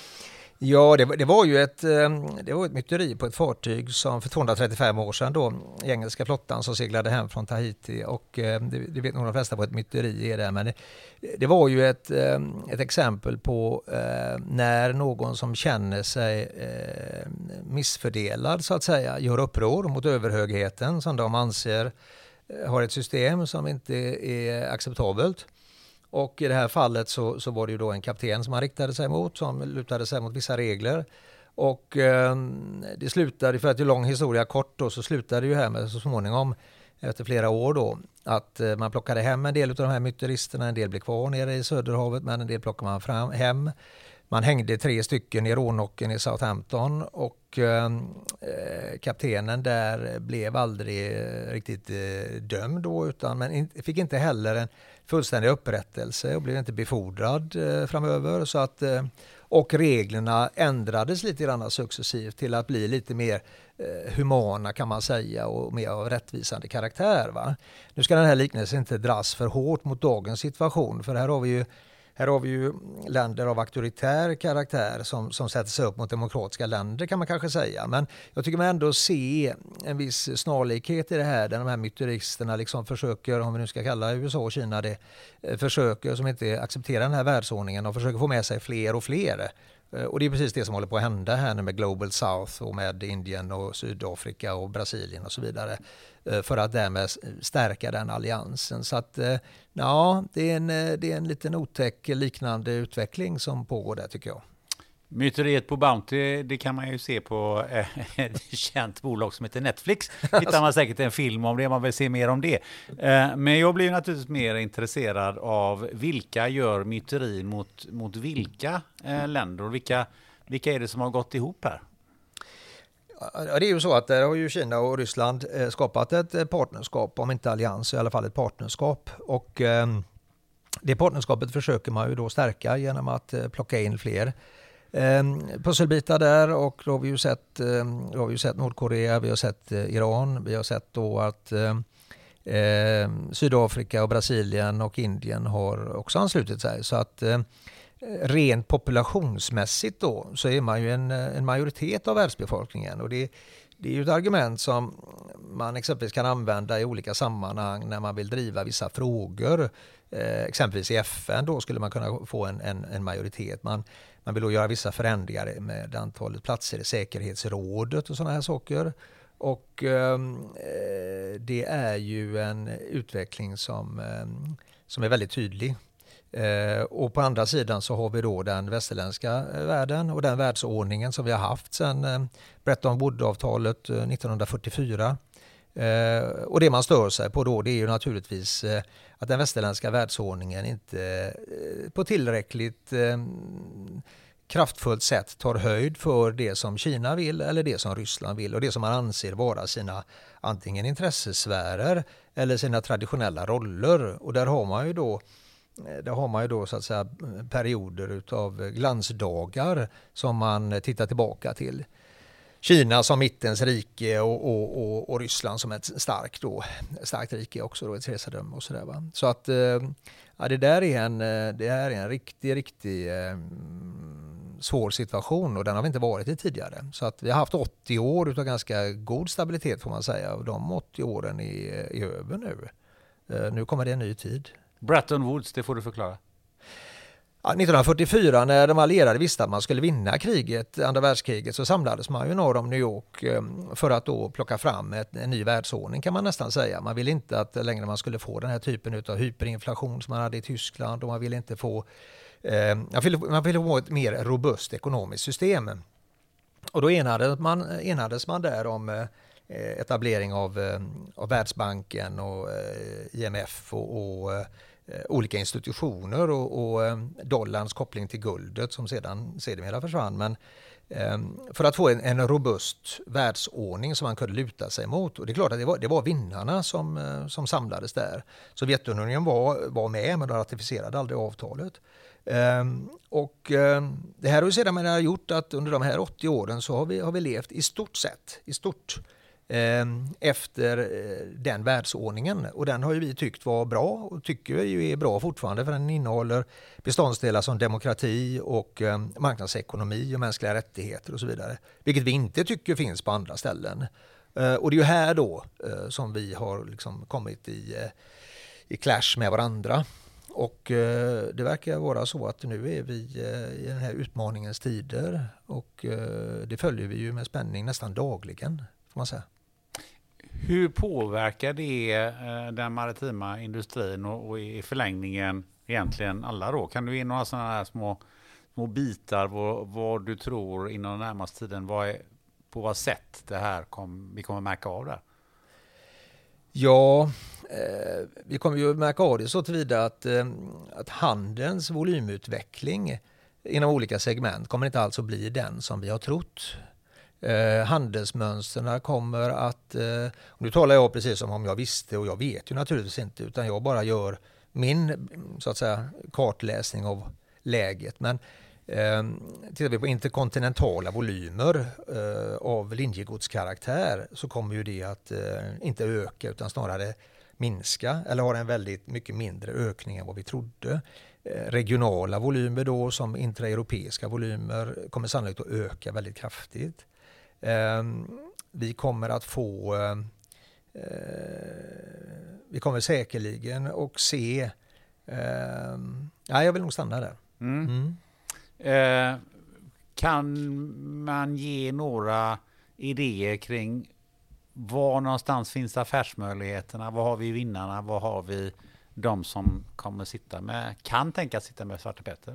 Ja, det, det var ju ett, det var ett myteri på ett fartyg som för tvåhundratrettiofem år sedan då, i engelska flottan som seglade hem från Tahiti och det, det vet nog de flesta vad ett myteri är där, men det, det var ju ett, ett exempel på eh, när någon som känner sig eh, missfördelad så att säga gör uppror mot överhögheten som de anser har ett system som inte är acceptabelt. Och i det här fallet så, så var det ju då en kapten som han riktade sig mot, som lutade sig mot vissa regler. Och eh, det slutade, för att det är lång historia kort då, så slutade det ju här med så småningom efter flera år då att eh, man plockade hem en del av de här myteristerna, en del blev kvar nere i Söderhavet men en del plockade man fram, hem. Man hängde tre stycken i Roanoken i Southampton och eh, kaptenen där blev aldrig riktigt eh, dömd då, utan men in, fick inte heller en fullständig upprättelse och blev inte befordrad eh, framöver. Så att, eh, och reglerna ändrades lite grann successivt till att bli lite mer eh, humana kan man säga och mer av rättvisande karaktär. Va? Nu ska den här liknelsen inte dras för hårt mot dagens situation, för här har vi ju Här har vi ju länder av auktoritär karaktär som, som sätter sig upp mot demokratiska länder kan man kanske säga. Men jag tycker man ändå se en viss snarlikhet i det här där de här myteristerna liksom försöker, om vi nu ska kalla U S A och Kina det, försöker som inte accepterar den här världsordningen och försöker få med sig fler och fler. Och det är precis det som håller på att hända här nu med Global South och med Indien och Sydafrika och Brasilien och så vidare, för att därmed stärka den alliansen. Så att ja, det är en, det är en liten otäck liknande utveckling som pågår där tycker jag. Myteriet på Bounty, det kan man ju se på ett känt bolag som heter Netflix. Hittar man säkert en film om det, man vill se mer om det. Men jag blir naturligtvis mer intresserad av vilka gör myteri mot, mot vilka länder och vilka, vilka är det som har gått ihop här? Ja, det är ju så att där har ju Kina och Ryssland skapat ett partnerskap, om inte allians, i alla fall ett partnerskap. Och det partnerskapet försöker man ju då stärka genom att plocka in fler Eh, pusselbitar där, och då har vi ju sett, eh, då har vi ju sett Nordkorea, vi har sett eh, Iran, vi har sett då att eh, Sydafrika och Brasilien och Indien har också anslutit sig. Så att eh, rent populationsmässigt då så är man ju en, en majoritet av världsbefolkningen, och det, det är ju ett argument som man exempelvis kan använda i olika sammanhang när man vill driva vissa frågor. Eh, exempelvis i F N då skulle man kunna få en, en, en majoritet. Man, man vill då göra vissa förändringar med antalet platser i säkerhetsrådet och sådana här saker. Och eh, det är ju en utveckling som, eh, som är väldigt tydlig. Eh, och på andra sidan så har vi då den västerländska världen och den världsordningen som vi har haft sedan eh, Bretton Woods-avtalet eh, nittonhundrafyrtiofyra. Eh, och det man stör sig på då, det är ju naturligtvis eh, att den västerländska världsordningen inte eh, på tillräckligt eh, kraftfullt sätt tar höjd för det som Kina vill eller det som Ryssland vill och det som man anser vara sina antingen intressesfärer eller sina traditionella roller. Och där har man ju då Där har man ju då så att säga perioder utav glansdagar som man tittar tillbaka till. Kina som mittens rike och, och, och, och Ryssland som ett starkt, då, starkt rike också, då, ett kejsardöme och sådär. Va? Så att ja, det där är en, det här är en riktig, riktig eh, svår situation, och den har vi inte varit i tidigare. Så att vi har haft åttio år utav ganska god stabilitet får man säga, och de åttio åren är, är över nu. Nu kommer det en ny tid. Bretton Woods, det får du förklara. Ja, nittonhundrafyrtiofyra när de allierade visste att man skulle vinna kriget, andra världskriget, så samlades man ju norr om New York för att då plocka fram ett, en ny världsordning kan man nästan säga. Man ville inte att längre man skulle få den här typen av hyperinflation som man hade i Tyskland och man ville inte få, eh, man ville få ett mer robust ekonomiskt system. Och då enades man, enades man där om eh, etablering av, eh, av Världsbanken och eh, I M F och, och olika institutioner och, och dollarns koppling till guldet som sedan sedermera försvann. Men eh, för att få en, en robust världsordning som man kunde luta sig mot. Och det är klart att det var, det var vinnarna som, som samlades där. Sovjetunionen var, var med men de ratificerade aldrig avtalet. Eh, och eh, det här har ju sedan har gjort att under de här åttio åren så har vi, har vi levt i stort sett, i stort efter den världsordningen och den har ju vi tyckt var bra och tycker ju är bra fortfarande för den innehåller beståndsdelar som demokrati och marknadsekonomi och mänskliga rättigheter och så vidare, vilket vi inte tycker finns på andra ställen. Och det är ju här då som vi har liksom kommit i, i clash med varandra och det verkar vara så att nu är vi i den här utmaningens tider och det följer vi ju med spänning nästan dagligen får man säga. Hur påverkar det eh, den maritima industrin och, och i förlängningen egentligen alla då? Kan du ge några sådana här små, små bitar vad, vad du tror inom den närmaste tiden? Vad är, på vad sätt det här kom, vi kommer märka av det? Ja, eh, vi kommer ju märka av det så tillvida att, eh, att handelns volymutveckling inom olika segment kommer inte alls att bli den som vi har trott. Eh, handelsmönsterna kommer att, eh, nu talar jag precis som om jag visste och jag vet ju naturligtvis inte utan jag bara gör min så att säga kartläsning av läget. Men eh, tittar vi på interkontinentala volymer eh, av linjegodskaraktär så kommer ju det att eh, inte öka utan snarare minska eller har en väldigt mycket mindre ökning än vad vi trodde. Eh, regionala volymer då som intraeuropeiska volymer kommer sannolikt att öka väldigt kraftigt. Eh, vi kommer att få eh, vi kommer säkerligen att se eh, ja, jag vill nog stanna där. Mm. Mm. Eh, kan man ge några idéer kring var någonstans finns affärsmöjligheterna? Vad har vi vinnarna? Vad har vi de som kommer sitta med, kan tänka sitta med Svarte Petter?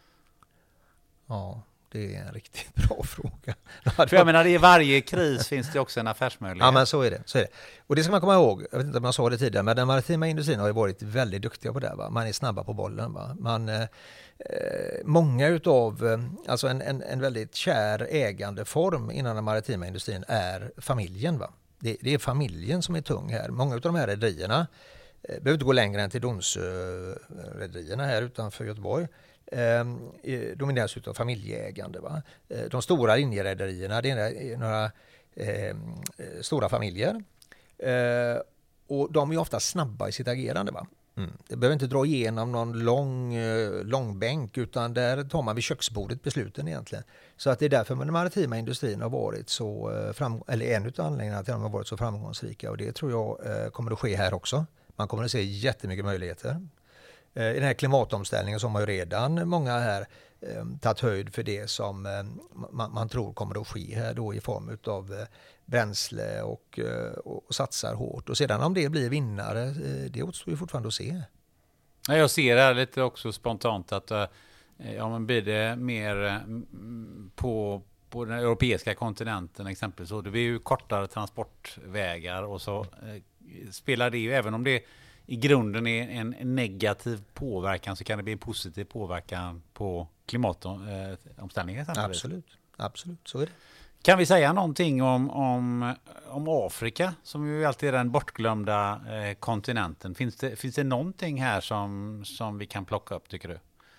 Ja, det är en riktigt bra fråga. För jag menar, i varje kris finns det också en affärsmöjlighet. Ja, men så är det. Så är det. Och det ska man komma ihåg, jag vet inte om jag sa det tidigare, men den maritima industrin har ju varit väldigt duktiga på det. Va? Man är snabba på bollen. Va? Man, eh, många utav, eh, alltså en, en, en väldigt kär ägandeform inom den maritima industrin är familjen. Va? Det, det är familjen som är tung här. Många av de här rederierna eh, behöver inte gå längre än till Dons-rederierna här utanför Göteborg. Eh, domineras utav familjeägande. Va? Eh, de stora linjerederierna, det är några eh, stora familjer. Eh, och de är ofta snabba i sitt agerande. Va? Mm. Det behöver inte dra igenom någon lång, eh, lång bänk utan där tar man vid köksbordet besluten egentligen. Så att det är därför den maritima industrin har varit så eh, fram, eller en av anledningarna till att de har varit så framgångsrika och det tror jag eh, kommer att ske här också. Man kommer att se jättemycket möjligheter. I den här klimatomställningen som har ju redan många här eh, tagit höjd för det som eh, man, man tror kommer att ske här då i form av eh, bränsle och, eh, och satsar hårt. Och sedan om det blir vinnare, eh, det återstår ju fortfarande att se. Jag ser det här lite också spontant att eh, ja, men blir det mer eh, på, på den europeiska kontinenten exempelvis så det blir ju kortare transportvägar och så eh, spelar det ju även om det i grunden är en negativ påverkan så kan det bli en positiv påverkan på klimatomställningen. Absolut, absolut, så är det. Kan vi säga någonting om, om, om Afrika som ju alltid är den bortglömda eh, kontinenten? Finns det, finns det någonting här som, som vi kan plocka upp tycker du?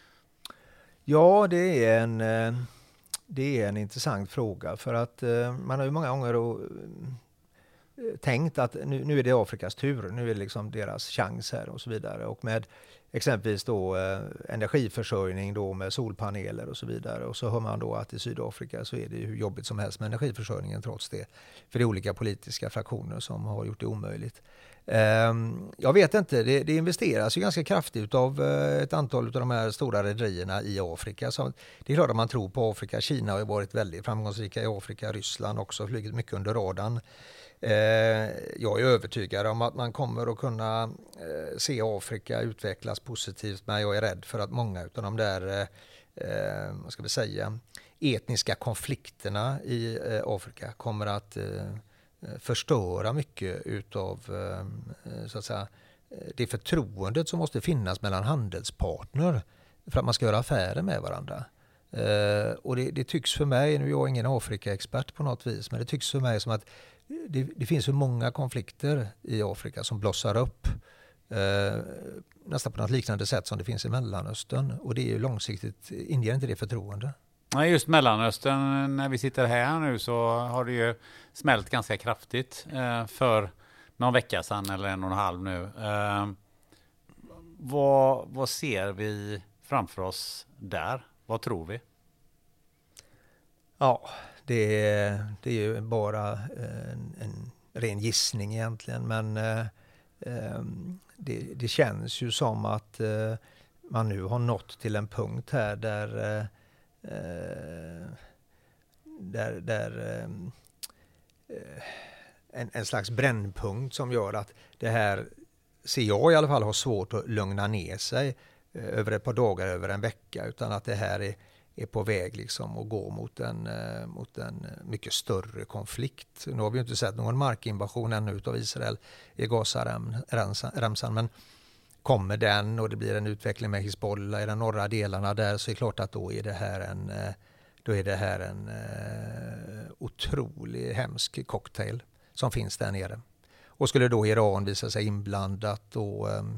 Ja, det är en, det är en intressant fråga för att eh, man har ju många gånger och, tänkt att nu, nu är det Afrikas tur, nu är det liksom deras chans här och så vidare. Och med exempelvis då eh, energiförsörjning då med solpaneler och så vidare. Och så hör man då att i Sydafrika så är det hur jobbigt som helst med energiförsörjningen trots det. För det är olika politiska fraktioner som har gjort det omöjligt. Jag vet inte, det, det investeras ju ganska kraftigt av ett antal av de här stora rederierna i Afrika. Så det är klart att man tror på Afrika. Kina har ju varit väldigt framgångsrika i Afrika, Ryssland också flugit mycket under radarn. Jag är övertygad om att man kommer att kunna se Afrika utvecklas positivt, men jag är rädd för att många av de där vad ska vi säga, etniska konflikterna i Afrika kommer att förstöra mycket utav så att säga, det förtroendet som måste finnas mellan handelspartner för att man ska göra affärer med varandra. Och det, det tycks för mig, nu är jag ingen Afrika-expert på något vis, men det tycks för mig som att det, det finns så många konflikter i Afrika som blossar upp nästan på något liknande sätt som det finns i Mellanöstern, och det är ju långsiktigt, inger inte det förtroende. Ja, just Mellanöstern, när vi sitter här nu så har det ju smält ganska kraftigt eh, för någon vecka sedan eller en och en halv nu. Eh, vad, vad ser vi framför oss där? Vad tror vi? Ja, det är, det är ju bara en, en ren gissning egentligen, men eh, det, det känns ju som att eh, man nu har nått till en punkt här där eh, där, där en, en slags brännpunkt som gör att det här, ser jag i alla fall, har svårt att lugna ner sig över ett par dagar, över en vecka, utan att det här är, är på väg liksom att gå mot en, mot en mycket större konflikt. Nu har vi ju inte sett någon markinvasion ännu av Israel i Gaza-remsan, men kommer den och det blir en utveckling med Hizbollah i de norra delarna där, så är det klart att då är det här en, då är det här en uh, otrolig hemsk cocktail som finns där nere. Och skulle då Iran visa sig inblandat och um,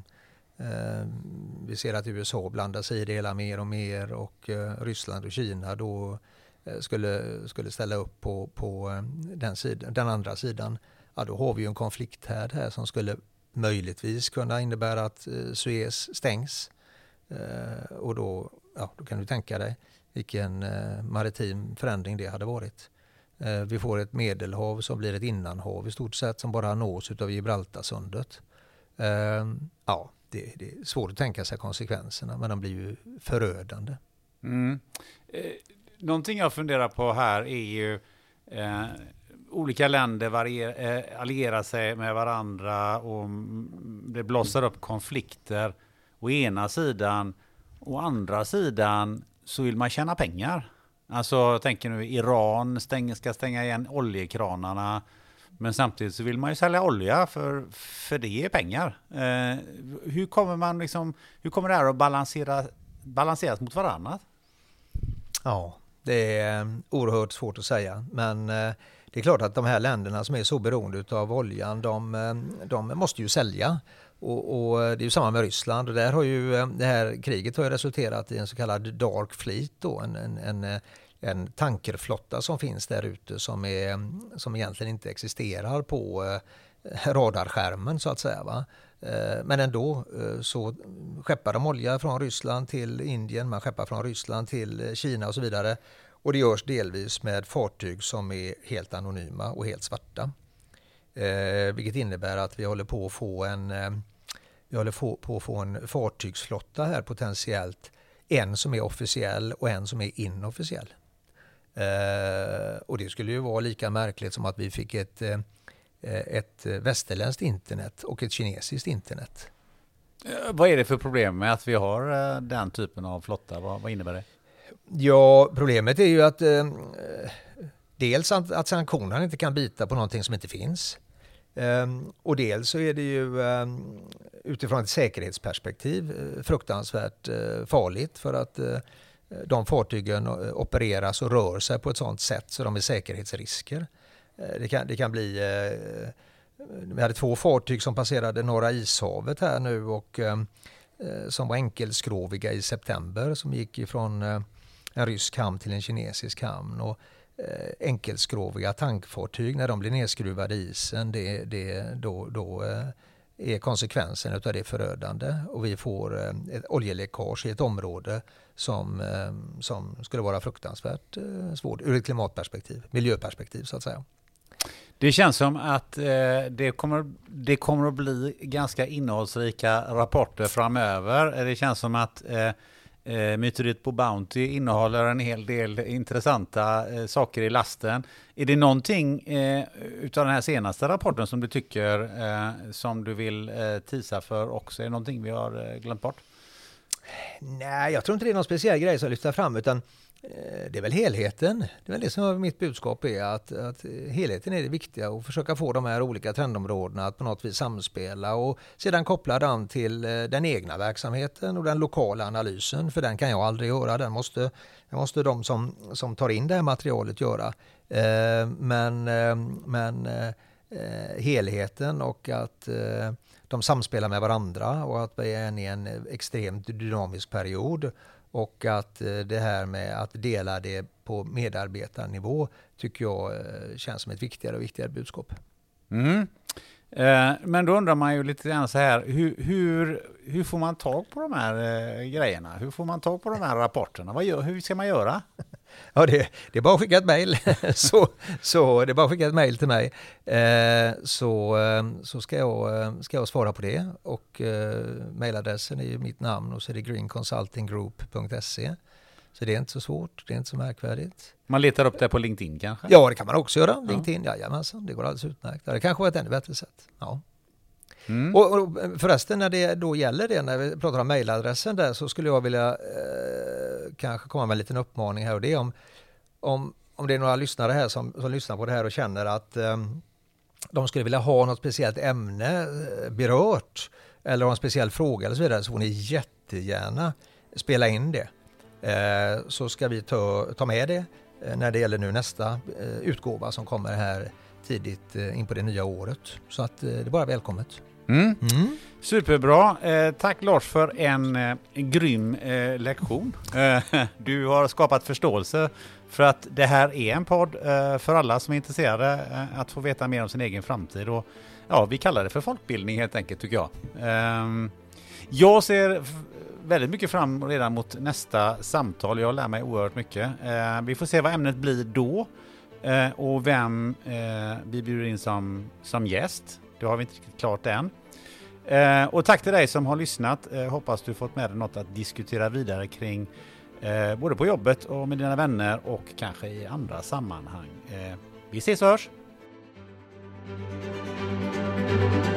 um, vi ser att U S A blandar sig i det hela mer och mer, och uh, Ryssland och Kina då uh, skulle, skulle ställa upp på, på um, den, sidan, den andra sidan, ja, då har vi ju en konflikt här, här som skulle möjligtvis kunna innebära att eh, Suez stängs. Eh, och då, ja, då kan du tänka dig vilken eh, maritim förändring det hade varit. Eh, vi får ett medelhav som blir ett innanhav i stort sett, som bara nås utav Gibraltarsundet. Eh, ja, det, det är svårt att tänka sig konsekvenserna, men de blir ju förödande. Mm. Eh, någonting jag funderar på här är ju eh, olika länder varier, eh, allierar sig med varandra och det blossar upp konflikter å ena sidan. Å andra sidan så vill man tjäna pengar. Alltså jag tänker nu Iran stäng, ska stänga igen oljekranarna, men samtidigt så vill man ju sälja olja för, för det är pengar. Eh, hur kommer man liksom, hur kommer det här att balansera, balanseras mot varandra? Ja, det är oerhört svårt att säga, men eh, det är klart att de här länderna som är så beroende av oljan, de, de måste ju sälja. Och, och det är ju samma med Ryssland. Och där har ju, det här kriget har ju resulterat i en så kallad dark fleet, då, en, en, en, en tankerflotta som finns där ute som, är, som egentligen inte existerar på radarskärmen så att säga. Va? Men ändå så skeppar de olja från Ryssland till Indien, man skeppar från Ryssland till Kina och så vidare. Och det görs delvis med fartyg som är helt anonyma och helt svarta. Eh, vilket innebär att vi håller på att få en, eh, vi håller på, på att få en fartygsflotta här potentiellt. En som är officiell och en som är inofficiell. Eh, och det skulle ju vara lika märkligt som att vi fick ett, eh, ett västerländskt internet och ett kinesiskt internet. Eh, vad är det för problem med att vi har eh, den typen av flotta? Vad, vad innebär det? Ja, problemet är ju att eh, dels att, att sanktionerna inte kan bita på någonting som inte finns. Eh, och dels så är det ju eh, utifrån ett säkerhetsperspektiv eh, fruktansvärt eh, farligt, för att eh, de fartygen opereras och rör sig på ett sådant sätt så de är säkerhetsrisker. Eh, det, kan, det kan bli... Eh, vi hade två fartyg som passerade Norra ishavet här nu och eh, som var enkelskroviga i september, som gick ifrån eh, en rysk hamn till en kinesisk hamn. Och eh, enkelskroviga tankfartyg, när de blir nedskruvade i isen, det, det, då, då eh, är konsekvensen av det förödande. Och vi får eh, ett oljeläckage i ett område som, eh, som skulle vara fruktansvärt eh, svårt ur ett klimatperspektiv, miljöperspektiv så att säga. Det känns som att eh, det, kommer, det kommer att bli ganska innehållsrika rapporter framöver. Det känns som att eh, eh, Myteriet på Bounty innehåller en hel del intressanta eh, saker i lasten. Är det någonting eh, utav den här senaste rapporten som du tycker eh, som du vill eh, tisa för också? Är det någonting vi har eh, glömt bort? Nej, jag tror inte det är någon speciell grej som lyfter fram, utan det är väl helheten. Det är väl det som är mitt budskap, är att, att helheten är det viktiga och försöka få de här olika trendområdena att på något vis samspela och sedan koppla den till den egna verksamheten och den lokala analysen, för den kan jag aldrig göra. Den måste, den måste de som, som tar in det här materialet göra. Eh, men eh, men eh, helheten och att eh, de samspelar med varandra och att vi är inne i en extremt dynamisk period. Och att det här med att dela det på medarbetarnivå tycker jag känns som ett viktigare och viktigare budskap. Mm. Eh, men då undrar man ju lite grann så här, hur, hur, hur får man tag på de här eh, grejerna? Hur får man tag på de här rapporterna? Vad gör, hur ska man göra? Ja, det, det är bara att skicka ett mejl. så, så det är bara att skicka ett mejl till mig. Eh, så så ska, jag, ska jag svara på det. Och eh, mejladressen är ju mitt namn och så är det green consulting group punkt se. Så det är inte så svårt, det är inte så märkvärdigt. Man letar upp det på LinkedIn kanske? Ja, det kan man också göra. LinkedIn, ja. Jajamensan, det går alldeles utmärkt. Det kanske var ett ännu bättre sätt. Ja. Mm. Och, och förresten, när det då gäller det, när vi pratar om mejladressen där, så skulle jag vilja eh, kanske komma med en liten uppmaning här, och det är om, om, om det är några lyssnare här som, som lyssnar på det här och känner att eh, de skulle vilja ha något speciellt ämne berört eller ha en speciell fråga eller så vidare, så får ni jättegärna spela in det. Eh, så ska vi ta, ta med det eh, när det gäller nu nästa eh, utgåva som kommer här tidigt eh, in på det nya året. Så att eh, det är bara välkommet. Mm. Mm. Superbra. Eh, tack Lars för en, eh, en grym eh, lektion. Eh, du har skapat förståelse för att det här är en podd eh, för alla som är intresserade eh, att få veta mer om sin egen framtid. Och, ja, vi kallar det för folkbildning helt enkelt, tycker jag. Eh, jag ser f- väldigt mycket fram redan mot nästa samtal. Jag lär mig oerhört mycket. Eh, vi får se vad ämnet blir då eh, och vem eh, vi bjuder in som, som gäst. Det har vi inte riktigt klart än. Eh, och tack till dig som har lyssnat. Eh, hoppas du fått med dig något att diskutera vidare kring eh, både på jobbet och med dina vänner och kanske i andra sammanhang. Eh, vi ses och hörs!